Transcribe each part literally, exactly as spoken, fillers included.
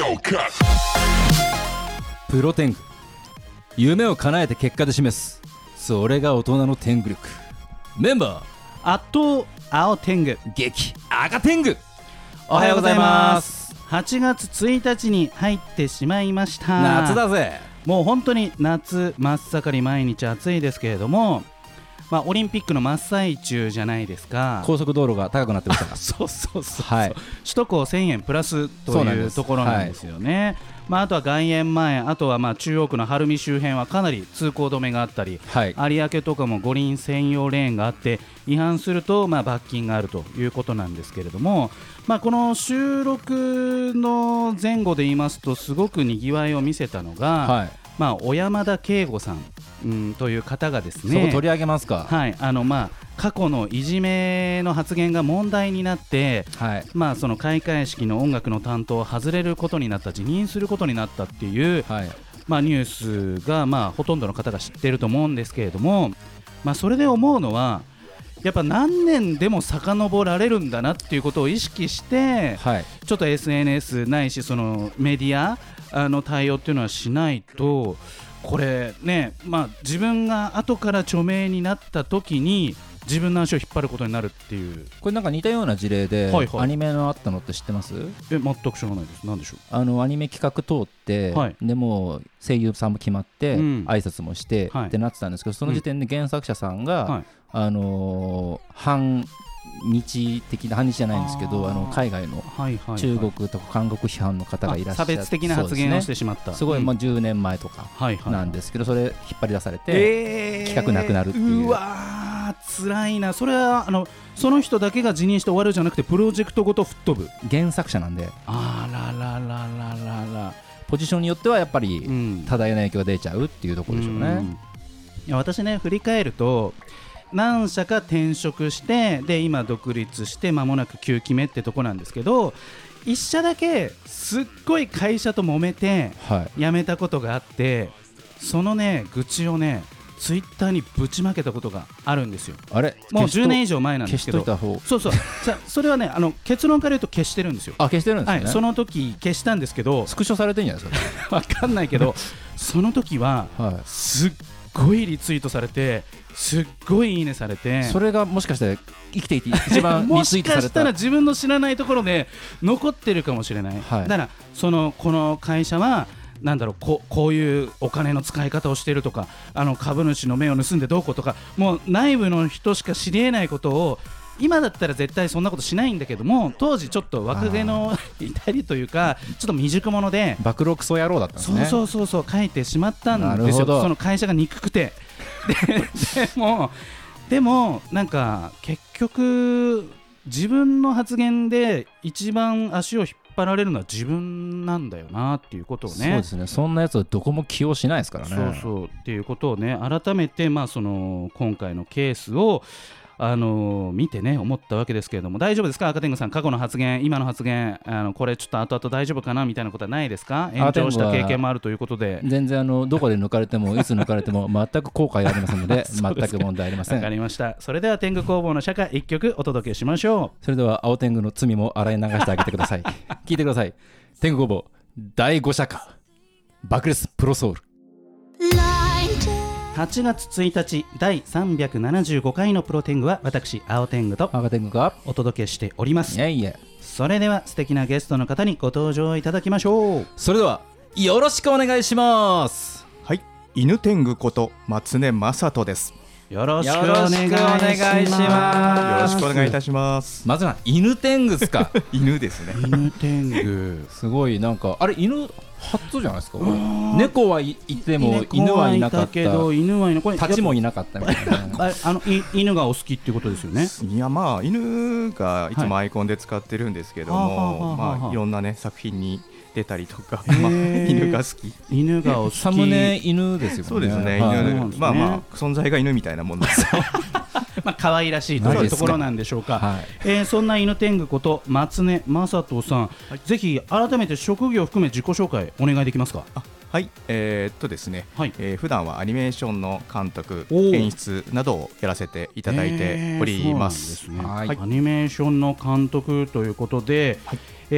プロテング、夢を叶えて結果で示す、それが大人の天狗力。メンバーアット青天狗、 激赤天狗。 おはようございます。はちがつついたちに入ってしまいました。 夏だぜ。 もう本当に夏真っ盛り、毎日暑いですけれども、まあ、オリンピックの真っ最中じゃないですか。 高速道路が高くなってましたかそうそうそう、 はい、 首都高せんえんプラスというところなんですよね。はい、まあ、あとは外苑前、あとはまあ中央区の晴海周辺はかなり通行止めがあったり、はい、有明とかも五輪専用レーンがあって違反するとまあ罰金があるということなんですけれども、まあ、この収録の前後で言いますとすごくにぎわいを見せたのが、はい、まあ、小山田圭吾さん、うん、という方がですね、 そこ取り上げますか。 はい、あのまあ過去のいじめの発言が問題になって、はい、まあ、その開会式の音楽の担当を外れることになった、辞任することになったっていう、はい、まあ、ニュースがまあほとんどの方が知っていると思うんですけれども、まあ、それで思うのはやっぱ何年でも遡られるんだなっていうことを意識して、はい、ちょっと エスエヌエス ないしそのメディアあの対応っていうのはしないと、これね、まあ、自分が後から著名になった時に自分の足を引っ張ることになるっていう。 これなんか似たような事例で、はいはい、アニメのあったのって知ってます？ え、全く知らないです。何でしょう。 あのアニメ企画通って、はい、でも声優さんも決まって、うん、挨拶もして、はい、ってなってたんですけど、その時点で原作者さんが、うん、はい、あのー、反日的な、反日じゃないんですけど、あの海外の中国とか韓国批判の方がいらっしゃって、 差別的な発言をしてしまった。 すごい、まあ、じゅうねんまえとかなんですけど、それ引っ張り出されて、えー、企画なくなるっていう。 うわー、辛いな。それはあのその人だけが辞任して終わるじゃなくて、プロジェクトごと吹っ飛ぶ。 原作者なんで、 あらららららら、 ポジションによってはやっぱり多大な影響が出ちゃうっていうところでしょうね。うん、いや、私ね、振り返ると何社か転職して、で今独立して間もなくきゅうきめってとこなんですけど、一社だけすっごい会社と揉めて辞めたことがあって、はい、そのね愚痴をねツイッターにぶちまけたことがあるんですよ。 あれ、 もうじゅうねん以上前なんですけど、 消しといた方。 そうそうじゃそれはね、あの結論から言うと消してるんですよ。 あ、消してるんですね。 はい、その時消したんですけど、 スクショされてるんじゃないですかわかんないけどその時は、はい、すっごいリツイートされて、すっごいいいねされて、 それがもしかして生きていて一番リツイートされたもしかしたら自分の知らないところで残ってるかもしれない、はい、だからそのこの会社はなんだろう、こ, こういうお金の使い方をしているとか、あの株主の目を盗んでどうこうとか、もう内部の人しか知り得ないことを、今だったら絶対そんなことしないんだけども、当時ちょっと若気の至りというか、ちょっと未熟者で暴露クソ野郎だったんですね。 そうそうそうそう、書いてしまったんですよ。その会社が憎くてで, でもでもなんか結局自分の発言で一番足を引っ張られるのは自分なんだよなっていうことをね。 そうですね、そんなやつはどこも起用しないですからね。 そうそうっていうことをね、改めて、まあ、その今回のケースをあのー、見てね思ったわけですけれども、大丈夫ですか赤天狗さん、過去の発言、今の発言、あのこれちょっと後々大丈夫かなみたいなことはないですか？延長した経験もあるということで。 全然あのどこで抜かれてもいつ抜かれても全く後悔ありませんので全く問題ありません。 わかりました。それでは天狗工房の社会いっきょくお届けしましょう。それでは青天狗の罪も洗い流してあげてください聞いてください。天狗工房だいご社歌爆裂プロソウル。 はちがつついたちだいさんびゃくななじゅうごかいのプロ天狗は私青天狗と赤天狗がお届けしております。 いやいや、 それでは素敵なゲストの方にご登場いただきましょう。 それではよろしくお願いします。 はい、犬天狗こと松根正人です。 よろしくお願いします。よろしくお願いいたします。 まずは犬天狗ですか犬ですね。 犬天狗すごい、なんかあれ犬初じゃないですか。猫はいても犬はいなかったけど、 犬はいなこれ立ちもいなかったみたいなああの犬がお好きっていうことですよね。 いや、まあ犬がいつもアイコンで使ってるんですけども、はい、まあいろんなね作品に出たりとか、まあ、犬が好き、 犬がお好き、 サムネ犬ですよね。 そうですね、 はい、 犬、まあまあ存在が犬みたいなもんですまあ可愛らしいというところなんでしょうか。はい、えー、そんな犬天狗こと松根正人さん、はい、ぜひ改めて職業を含め自己紹介お願いできますか。 あ、はい、えー、っとですね、はい、えー、普段はアニメーションの監督、演出などをやらせていただいております。 えー、そうなんですね。はい、アニメーションの監督ということで、はい、えー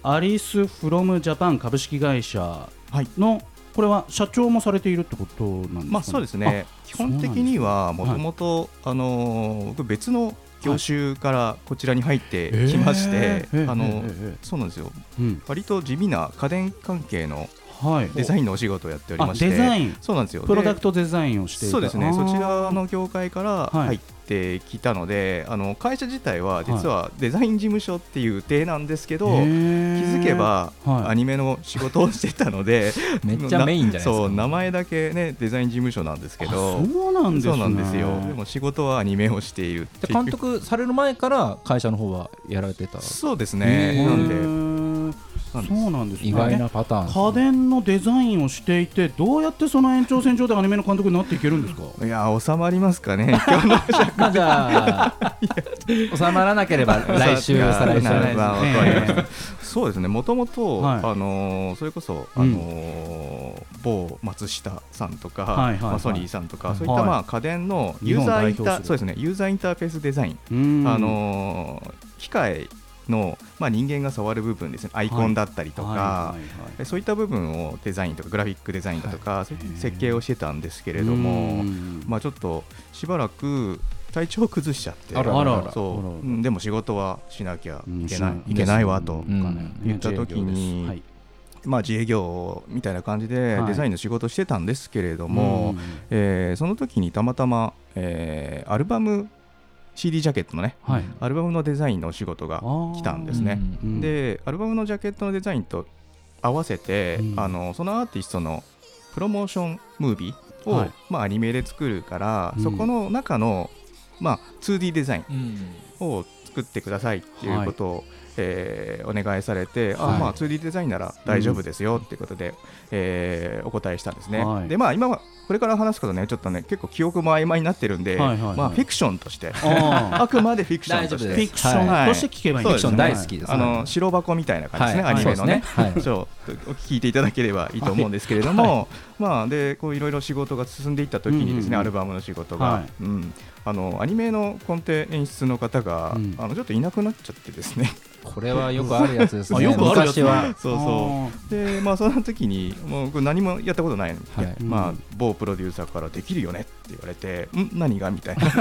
アリスフロムジャパン株式会社の、はい、これは社長もされているってことなんですかね。 まあ、そうですね。基本的にはもともと僕別の業種からこちらに入ってきまして、はい、あの、えーえー、そうなんですよ、うん、割と地味な家電関係のデザインのお仕事をやっておりまして、 デザイン、 そうなんですよ、 プロダクトデザインをしていた。 そうですね、そちらの業界から入ってきたので、はい、あの会社自体は実はデザイン事務所っていう体なんですけど、はい、気づけばアニメの仕事をしてたので、 はい、めっちゃメインじゃないですか。 そう、名前だけねデザイン事務所なんですけど、 そうなんですね。 そうなんですよ。でも仕事はアニメをしているっていう。 監督される前から会社の方はやられてた。 そうですね。なんでそうなんですね。 意外なパターン、ね、 家電のデザインをしていて、どうやってその延長線上でアニメの監督になっていけるんですか。 いや収まりますかね今日のまあじゃあ収まらなければ来週再来週、 まあえー、そうですね。もともとそれこそ、あのーうん、某松下さんとか、はいはいはい、まあ、ソニーさんとか、はい、そういったまあ家電のユーザーインター、そうですね、ユーザーインターフェースデザイン、あのー、機械の、まあ、人間が触る部分ですね、アイコンだったりとか、はいはいはいはい、そういった部分をデザインとかグラフィックデザインだとか、はい、設計をしてたんですけれども、まあ、ちょっとしばらく体調を崩しちゃって、あらあら、そう、でも仕事はしなきゃいけない、うん、いけないわと言った時に、はい、まあ、自営業みたいな感じでデザインの仕事をしてたんですけれども、はい、えー、その時にたまたま、えー、アルバムシーディー ジャケットのね、はい、アルバムのデザインのお仕事が来たんですね。うんうん、でアルバムのジャケットのデザインと合わせて、うん、あのそのアーティストのプロモーションムービーを、はい、まあ、アニメで作るから、うん、そこの中の、まあ、ツーディー デザインを作ってくださいっていうことを、はい、えー、お願いされて、はい、あ、まあ、ツーディー デザインなら大丈夫ですよっていうことで、うん、えー、お答えしたんですね。はい、でまあ、今はこれから話すことね、ちょっとね結構記憶も曖昧になってるんで、はいはいはい、まあ、フィクションとしてあくまでフィクションとしてフィクションとして聞けばいい、 はい、フィクション大好きです、 あの白箱みたいな感じですね、はい、アニメのね、はい、そう聞いていただければいいと思うんですけれども、はい、まあ、でこういろいろ仕事が進んでいった時にですね、うんうん、アルバムの仕事が、はい、うん、あのアニメのコンテ演出の方が、うん、あのちょっといなくなっちゃってですねこれはよくあるやつですねよくあるやつはそうそうで、まあ、その時にもう何もやったことないので、はい、まあ、某プロデューサーからできるよねって言われて、ん何がみたいな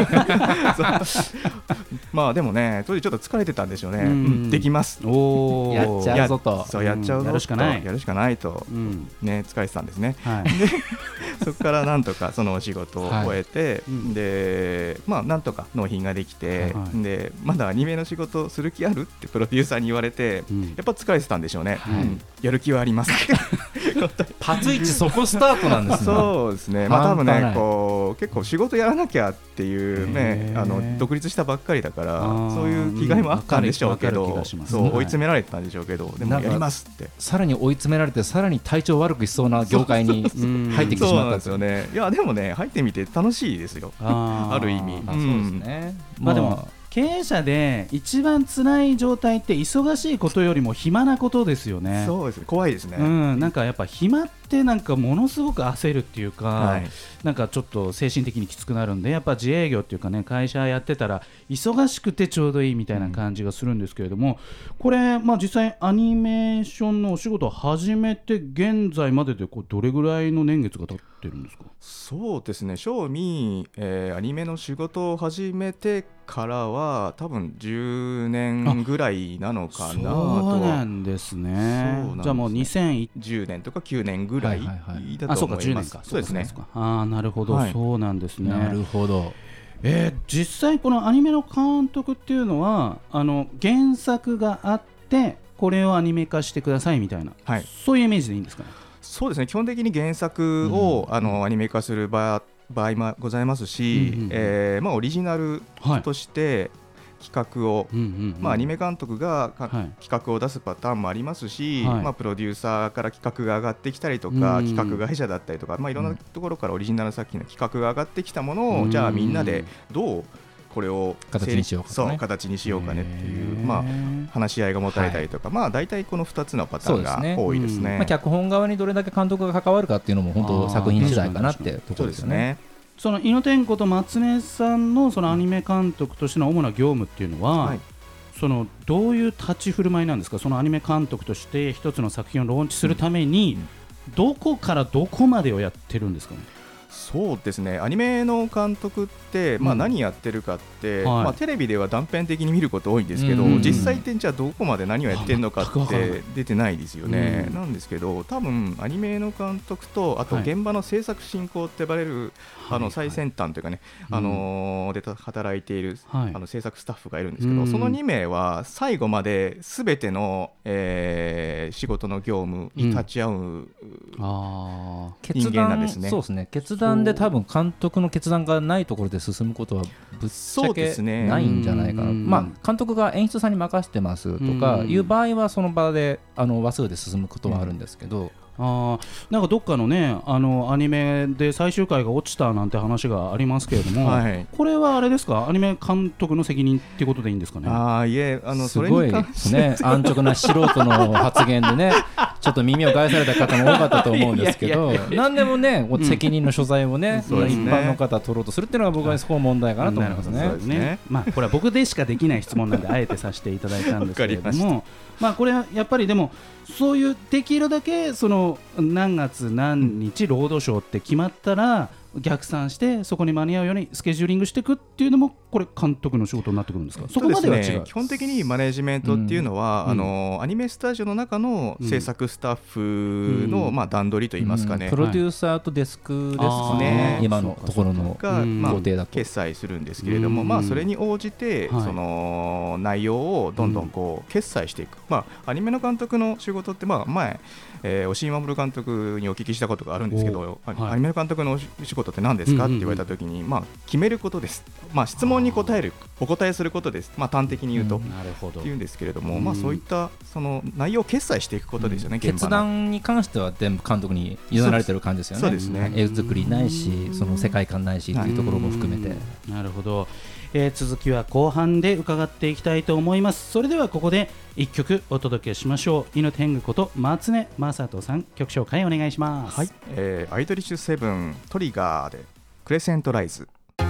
まあでもね当時ちょっと疲れてたんでしょうね、うん、できますおやっちゃうぞと、 そうやっちゃうぞと、 やるしかないやるしかないと、うん、ね、疲れてたんですね、はい、でそこからなんとかそのお仕事を終えて、はい、でまあなんとか納品ができて、はい、でまだアニメの仕事する気あるってプロデューサーに言われて、うん、やっぱ疲れてたんでしょうね、はい、うん、やる気はありますパツイチそこスタートなんですねそうですね、まあ多分ねこう結構仕事やらなきゃっていうね、あの独立したばっかりだからそういう気概もあったんでしょうけど、そう追い詰められてたんでしょうけど、でもやりますってさらに追い詰められてさらに体調悪くしそうな業界に入ってきてしまったんですよね。いやでもね入ってみて楽しいですよ あ, ある意味、 あ、そうですね、 まあでも経営者で一番辛い状態って忙しいことよりも暇なことですよね。 そうですね、怖いですね、 うん、なんかやっぱ暇ってなんかものすごく焦るっていうか、はい、なんかちょっと精神的にきつくなるんで、やっぱ自営業っていうかね、会社やってたら忙しくてちょうどいいみたいな感じがするんですけれども、うん、これ、まあ、実際アニメーションのお仕事を始めて現在まででこうどれぐらいの年月が経ってるんですか？ そうですね、正味、えー、アニメの仕事を始めてからは多分じゅうねんぐらいなのかなと。 そうなんですね。じゃあもうにせんじゅうねんとかきゅうねんぐらいだと思います。はいはいはい、あ、そうかじゅうねんか。 そうですね。あ、なるほど、はい、そうなんですね。 なるほど。 えー、実際このアニメの監督っていうのはあの原作があってこれをアニメ化してくださいみたいな、はい、そういうイメージでいいんですかね？ そうですね、基本的に原作を、うん、あのアニメ化する場合場合もございますし、うんうんうん、えーまあ、オリジナルとして企画を、はい、まあ、アニメ監督が、はい、企画を出すパターンもありますし、はい、まあ、プロデューサーから企画が上がってきたりとか、うん、企画会社だったりとか、まあ、いろんなところからオリジナル作品の企画が上がってきたものを、うん、じゃあみんなでどうこれを形にしようか、ね、 そう形にしようかねっていう、まあ、話し合いが持たれたりとか、はい、まあ、大体このふたつのパターンが多いですね。 そうですね、うん、まあ、脚本側にどれだけ監督が関わるかっていうのも本当作品次第かなってところですよね。 その猪野天子と松根さんのそのアニメ監督としての主な業務っていうのは、はい、 そのどういう立ち振る舞いなんですか。そのアニメ監督として一つの作品をローンチするために、うん、どこからどこまでをやってるんですかね。 そうですね、アニメの監督って、まあ、何やってるかって、うん、まあ、テレビでは断片的に見ること多いんですけど、うん、実際ってじゃあどこまで何をやってるのかって出てないですよね、うん、なんですけど、多分アニメの監督とあと現場の制作進行って呼ばれる、はい、あの最先端というかね、はい、あのー、で働いている、はい、あの制作スタッフがいるんですけど、うん、そのに名は最後まで全ての、えー、仕事の業務に立ち会う、うん、あ人間なんですね。 そうですね、決断で多分監督の決断がないところで進むことはぶっちゃけないんじゃないかな、ね、まあ、監督が演出さんに任せてますとかいう場合はその場であの話数で進むことはあるんですけど、 あなんかどっかのねあのアニメで最終回が落ちたなんて話がありますけれども、はい、これはあれですか、アニメ監督の責任っていうことでいいんですかね。 あいえあのすごいですね、安直な素人の発言でねちょっと耳を返された方も多かったと思うんですけど、何でもね責任の所在をね、うん、一般の方取ろうとするっていうのが僕はそこ問題かなと思いますね。 そうですね、まあ、これは僕でしかできない質問なんであえてさせていただいたんですけれどもまあこれはやっぱりでもそういうできるだけその何月何日ロードショーって決まったら逆算してそこに間に合うようにスケジューリングしていくっていうのもこれ監督の仕事になってくるんですか。そこまでは違う。 そうですね、基本的にマネジメントっていうのは、うん、あのアニメスタジオの中の制作スタッフの、うん、まあ、段取りといいますかね、うん、 プロデューサーとデスクですね、今のところのが、まあ、決済するんですけれども、うん、まあ、それに応じて、はい、その内容をどんどんこう決済していく、まあ、アニメの監督の仕事って、まあ、前えー、押井守監督にお聞きしたことがあるんですけど、はい、アニメの監督のお仕事って何ですか、うんうんうん、って言われたときに、まあ、決めることです、まあ、質問に答えるお答えすることです、まあ、端的に言うと、うん、なるほどっていうんですけれども、うん、まあ、そういったその内容を決済していくことですよね、うん、 決断に関しては全部監督に委ねられてる感じですよね。 そうですね、 絵作りないしその世界観ないしっていうところも含めて。 なるほど、えー、続きは後半で伺っていきたいと思います。それではここでいっきょくお届けしましょう。犬天狗こと松根正人さん、曲紹介お願いします。 はい、えー、アイドリッシュセブントリガーでクレセントライズ。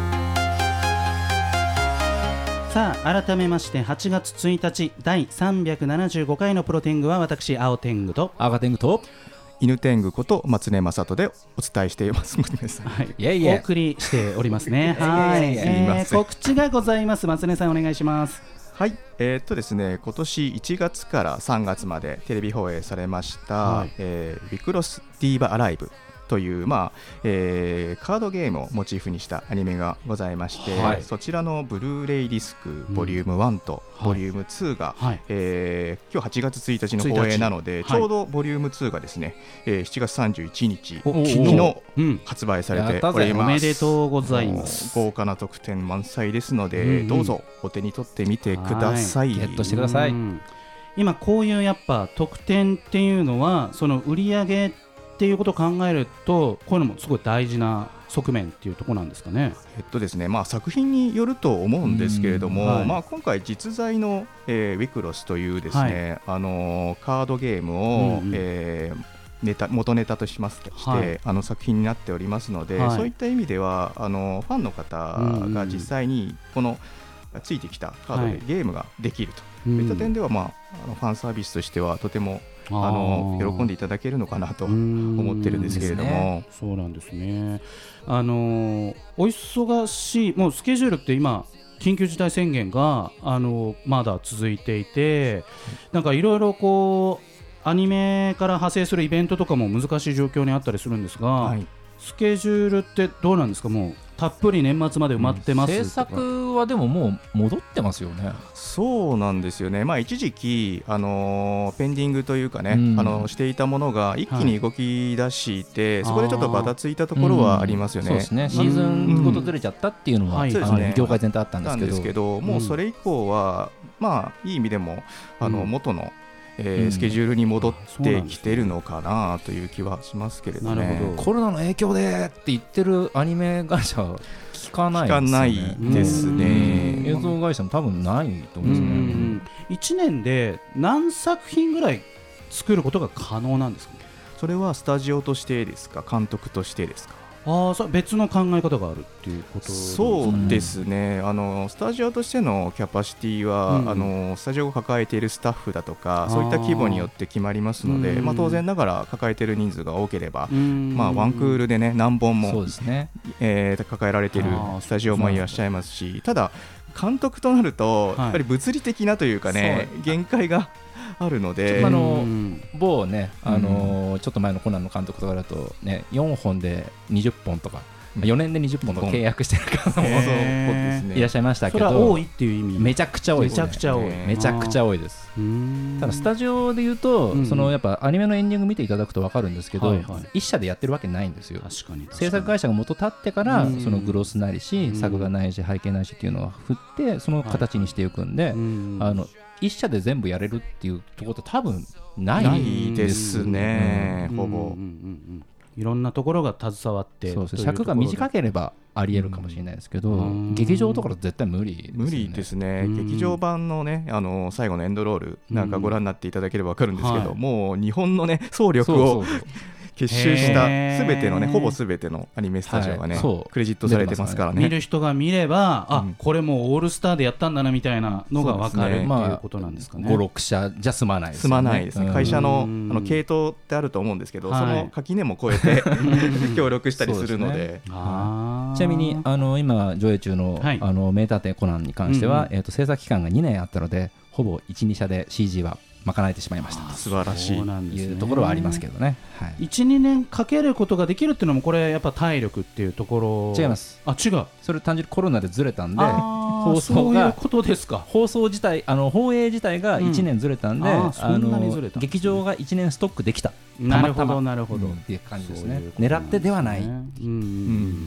さあ改めましてはちがつついたちだいさんびゃくななじゅうごかいのプロ天狗は私青天狗と赤天狗と犬天狗こと松根正人でお伝えしています。 はい、いやいやお送りしておりますね。はい、えー、告知がございます。松根さんお願いします。 はい、えーっとですね、今年いちがつからさんがつまでテレビ放映されました、はい、えー、ウィクロスディーバアライブという、まあえー、カードゲームをモチーフにしたアニメがございまして、はい、そちらのブルーレイディスクボリュームワンとボリュームツーが、はい、えー、今日はちがつついたちの放映なので、はい、ちょうどボリュームツーがですね、えー、しちがつさんじゅういちにち昨日発売されております。 おめでとうございます。 豪華な特典満載ですので、うんうん、どうぞお手に取ってみてください。 ゲットしてください。うん、 今こういうやっぱ特典っていうのはその売り上げっていうことを考えるとこういうのもすごい大事な側面っていうところなんですかね。 えっとですね、まあ、作品によると思うんですけれども、はい、まあ、今回実在の、えー、ウィクロスというですね、はい、あのー、カードゲームを、うんうん、えーネタ元ネタとしますとして、はい、あの作品になっておりますので、はい、そういった意味ではあのファンの方が実際にこのついてきたカードでゲームができるといった点では、まあ、あのファンサービスとしてはとてもあの喜んでいただけるのかなと思ってるんですけれども、ね、 そうなんですね。あのお忙しいもうスケジュールって今緊急事態宣言があのまだ続いていて、なんかいろいろこうアニメから派生するイベントとかも難しい状況にあったりするんですが、はい、スケジュールってどうなんですか。もうたっぷり年末まで埋まってます、うん、 制作はでももう戻ってますよね。 そうなんですよね、まあ、一時期、あのー、ペンディングというかね、うん、あのしていたものが一気に動き出して、はい、そこでちょっとバタついたところはありますよね、 うん、そうですね、シーズンごとずれちゃったっていうのは、うん、あの業界全体あったんですけど、 ですけどもうそれ以降は、まあ、いい意味でもあの元のえーうん、スケジュールに戻ってきてるのかなという気はしますけれどね。 なるほど。コロナの影響でって言ってるアニメ会社は聞かないですね。 聞かないですね。 映像会社も多分ないと思うんですね。うん、 いちねんで何作品ぐらい作ることが可能なんですか。 それはスタジオとしてですか、監督としてですか。 ああ、そ別の考え方があるっていうことですか。 そうですね、あのスタジオとしてのキャパシティは、うん、あのスタジオを抱えているスタッフだとかそういった規模によって決まりますので、まあ、当然ながら抱えている人数が多ければ、まあ、ワンクールで、ね、何本も、そうですね、えー、抱えられているスタジオもいらっしゃいますし、ただ監督となると、はい、やっぱり物理的なというかね、限界があるので、 あの某ね、あのー、ちょっと前のコナンの監督とかだと、ね、よんほんでにじゅっぽんとかよねんでにじゅっぽんと契約してる方もいらっしゃいましたけど、 それは多いっていう意味、 めちゃくちゃ多いです、ね、 めちゃくちゃ多い、 めちゃくちゃ多いです。ただスタジオで言うと、うん、そのやっぱアニメのエンディング見ていただくと分かるんですけど、はいはい、一社でやってるわけないんですよ。 確かに確かに制作会社が元立ってから、そのグロスないし作画ないし背景ないしっていうのを振ってその形にしていくんで、はいはい、あの一社で全部やれるっていうところって多分ないないですね、ほぼ。 いろんなところが携わって、 そうそう、尺が短ければありえるかもしれないですけど、うん、劇場とかだと絶対無理ですね。 無理ですね、うん、劇場版のね、あの最後のエンドロールなんかご覧になっていただければ分かるんですけど、うん、はい、もう日本のね総力をそうそうそう結集したすべてのね、ほぼすべてのアニメスタジオがね、はい、クレジットされてますからね。 見る人が見れば、あ、うん、これもうオールスターでやったんだなみたいなのが分かる、ね、っていうことなんですかね。 ご、ろくしゃじゃ済まないですね。 済まないですね。会社の、あの系統ってあると思うんですけど、はい、その垣根も越えて協力したりするので、 ね、あ、ちなみにあの今上映中の、はい、あの名探偵コナンに関しては、うんうん、えーと、制作期間がにねんあったので、ほぼいち、に社で シージー は賄えてしまいました。 素晴らしい、 ね、いうところはありますけどね、はい、 いち、にねんかけることができるっていうのもこれやっぱ体力っていうところ。 違います。 あ、違う。 それ単純にコロナでずれたんで、 放送がそういうことですか。 放送自体、あの放映自体がいちねんずれたんで、うん、ああの劇場がいちねんストックできた、 なるほどなるほど、 うん、っていう感じですね。狙ってではない、うんうん、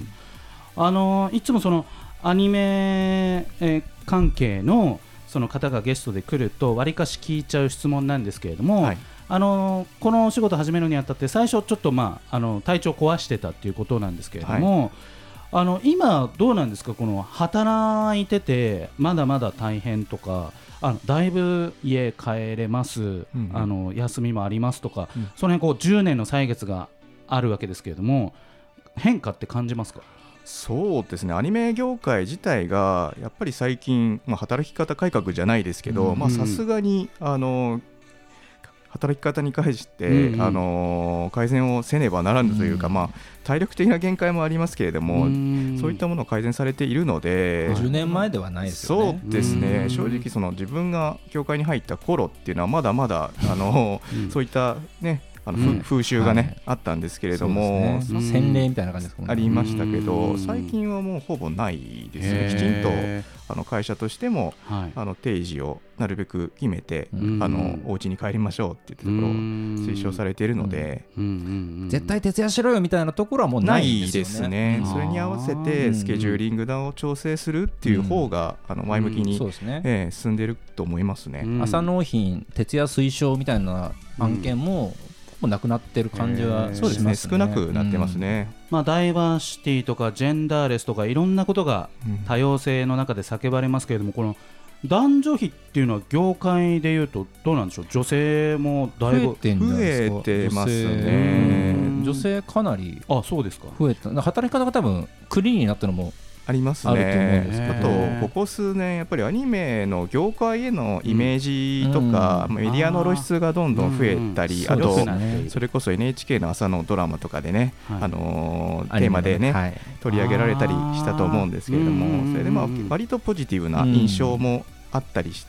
あのいつもそのアニメ、えー、関係のその方がゲストで来るとわりかし聞いちゃう質問なんですけれども、はい、あのこのお仕事始めるにあたって最初ちょっと、まあ、あの体調壊してたっていうことなんですけれども、はい、あの今どうなんですか。この働いててまだまだ大変とか、あのだいぶ家帰れます、うんうん、あの休みもありますとか、うん、その辺こうじゅうねんの歳月があるわけですけれども、変化って感じますか。 そうですね、アニメ業界自体がやっぱり最近、まあ、働き方改革じゃないですけど、さすがにあの働き方に関して、うんうん、あの改善をせねばならぬというか、うん、まあ、体力的な限界もありますけれども、うん、そういったものを改善されているので、 じゅうねんまえではないですよね。 そうですね、うん、正直その自分が業界に入った頃っていうのはまだまだあの、うん、そういったね、あの、うん、風習がね、はい、あったんですけれども、 ね、洗礼みたいな感じですかね。 ありましたけど、最近はもうほぼないですね。きちんとあの会社としても、はい、あの定時をなるべく決めて、あのお家に帰りましょうっていったところを推奨されているので、 絶対徹夜しろよみたいなところはもうないですよね。 ないですね。それに合わせてスケジューリングを調整するっていう方が、あの前向きに、そうですね、えー、進んでいると思いますね。 朝納品徹夜推奨みたいな案件も、うんもうなくなってる感じはしますね。 少なくなってますね、 うん、まあ、ダイバーシティとかジェンダーレスとかいろんなことが多様性の中で叫ばれますけれども、この男女比っていうのは業界でいうとどうなんでしょう。女性もだいぶ増えてんじゃないですか。 増えてますね。 女性かなりあ、そうですか。 増えた。働き方が多分クリーンになったのもありますね。あとここ数年やっぱりアニメの業界へのイメージとか、うん、メディアの露出がどんどん増えたり、うん、あとそれこそ エヌエイチケー の朝のドラマとかでね、はい、あのー、テーマでね、はい、取り上げられたりしたと思うんですけれども、それでまあ割とポジティブな印象もあったりして、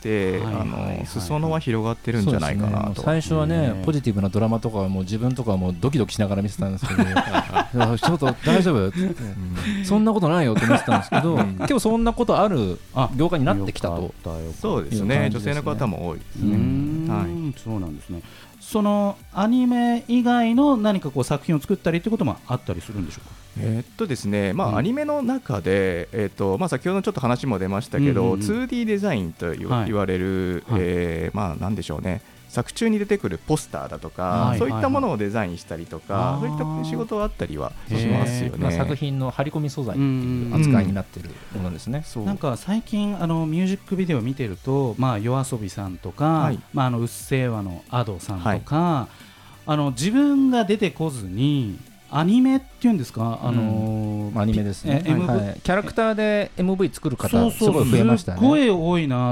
あの裾野は広がってるんじゃないかなと、ね、 最初はねポジティブなドラマとかはもう自分とかはもうドキドキしながら見てたんですけどちょっと大丈夫って、うん、そんなことないよって思ってたんですけど結構そんなことある業界になってきたと。 そうですね、女性の方も多いですね。 はい、そうなんですね。そのアニメ以外の何かこう作品を作ったりということもあったりするんでしょうか。 えーっとですね、まあ、アニメの中で、えーっとまあ、先ほどちょっと話も出ましたけど、うんうんうん、ツーディー デザインと言わ、はい、言われる、はい、えーまあ、なんでしょうね、作中に出てくるポスターだとか、はい、そういったものをデザインしたりとか、はいはいはい、そういった仕事はあったりはしますよね。まあ、 作品の張り込み素材っていう扱いになっているものですね。 うん、なんか最近あのミュージックビデオを見てると、まあ、夜遊びさんとか、はい、まあ、あのうっせぇわの Ado さんとか、はい、あの自分が出てこずにアニメっていうんですか、あのーうん、アニメですね、はいはい、キャラクターで エムブイ 作る方すごい増えましたね。 すごい多いなって。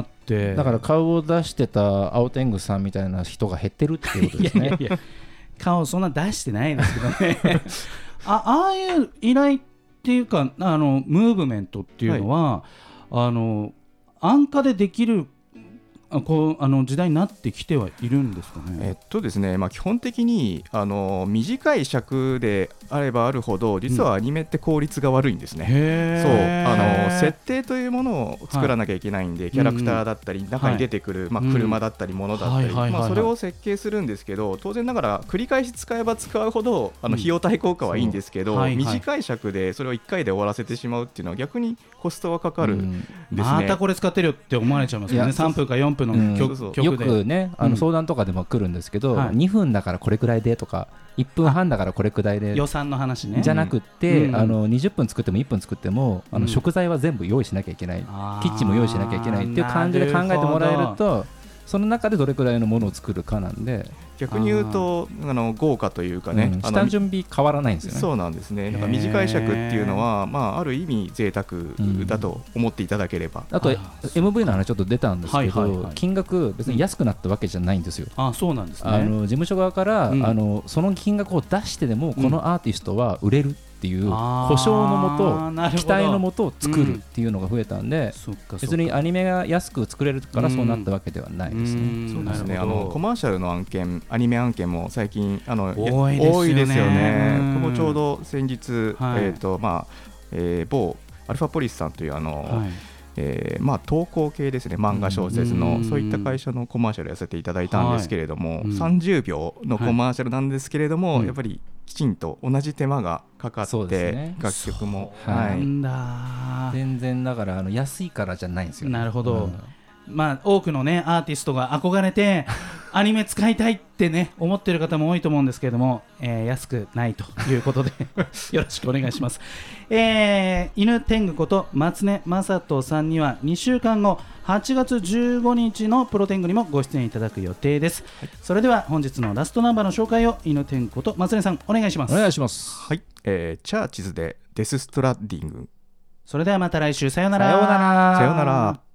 だから顔を出してた青天狗さんみたいな人が減ってるっていうことですね。いやいやいや顔そんな出してないですけどねあ, ああいう依頼っていうかあのムーブメントっていうのは、はい、あの安価でできるあこうあの時代になってきてはいるんですかね。 えっとですね、まあ、基本的にあの短い尺であればあるほど実はアニメって効率が悪いんですね、うん、そうあの設定というものを作らなきゃいけないんで、はい、キャラクターだったり、うんうん、中に出てくる、はいまあ、車だったり物だったり、まあ、それを設計するんですけど、当然ながら繰り返し使えば使うほどあの費用対効果はいいんですけど、うんはいはい、短い尺でそれをいっかいで終わらせてしまうっていうのは逆にコストがかかるんですね、うん、 またこれ使ってるよって思われちゃいますよね。さんぷんかよんぷんの曲、うんよくねあの相談とかでも来るんですけど、うんはい、にふんだからこれくらいでとかいっぷんはんだからこれくらいで予算の話ねじゃなくって、うん、あのにじゅっぷん作ってもいっぷん作ってもあの食材は全部用意しなきゃいけない、うん、キッチンも用意しなきゃいけないっていう感じで考えてもらえるとその中でどれくらいのものを作るかなんで逆に言うとあの豪華というかね、 うん、下準備変わらないんですよね。 そうなんですね。だから短い尺っていうのは、まあ、ある意味贅沢だと思っていただければ、 うん、あと エムブイ の話ちょっと出たんですけど、はいはいはい、金額別に安くなったわけじゃないんですよ。 あ、そうなんですね。 あの事務所側から、うん、あのその金額を出してでもこのアーティストは売れるっていう保証のもと期待のもとを作るっていうのが増えたんで、うん、別にアニメが安く作れるからそうなったわけではないですね、うん、 そうですね。あのコマーシャルの案件アニメ案件も最近あの多いですよね。 多いですよね。僕もちょうど先日、はいえーとまあえー、某アルファポリスさんというあの、はいえーまあ、投稿系ですね漫画小説のそういった会社のコマーシャルやらせていただいたんですけれども、はい、さんじゅうびょうのコマーシャルなんですけれども、はい、やっぱりきちんと同じ手間がかかって、ね、楽曲も、 はい、なんだ全然だからあの安いからじゃないんですよ、ね、 なるほど、うんまあ、多くの、ね、アーティストが憧れてアニメ使いたいってね思ってる方も多いと思うんですけれども、えー、安くないということでよろしくお願いします。えー、犬天狗こと松根正人さんにはにしゅうかんごはちがつじゅうごにちのプロ天狗にもご出演いただく予定です、はい、それでは本日のラストナンバーの紹介を犬天狗こと松根さんお願いします。 お願いします。 はい、えー、チャーチズでデスストラッディング。 それではまた来週さようなら。 さようなら。さようなら。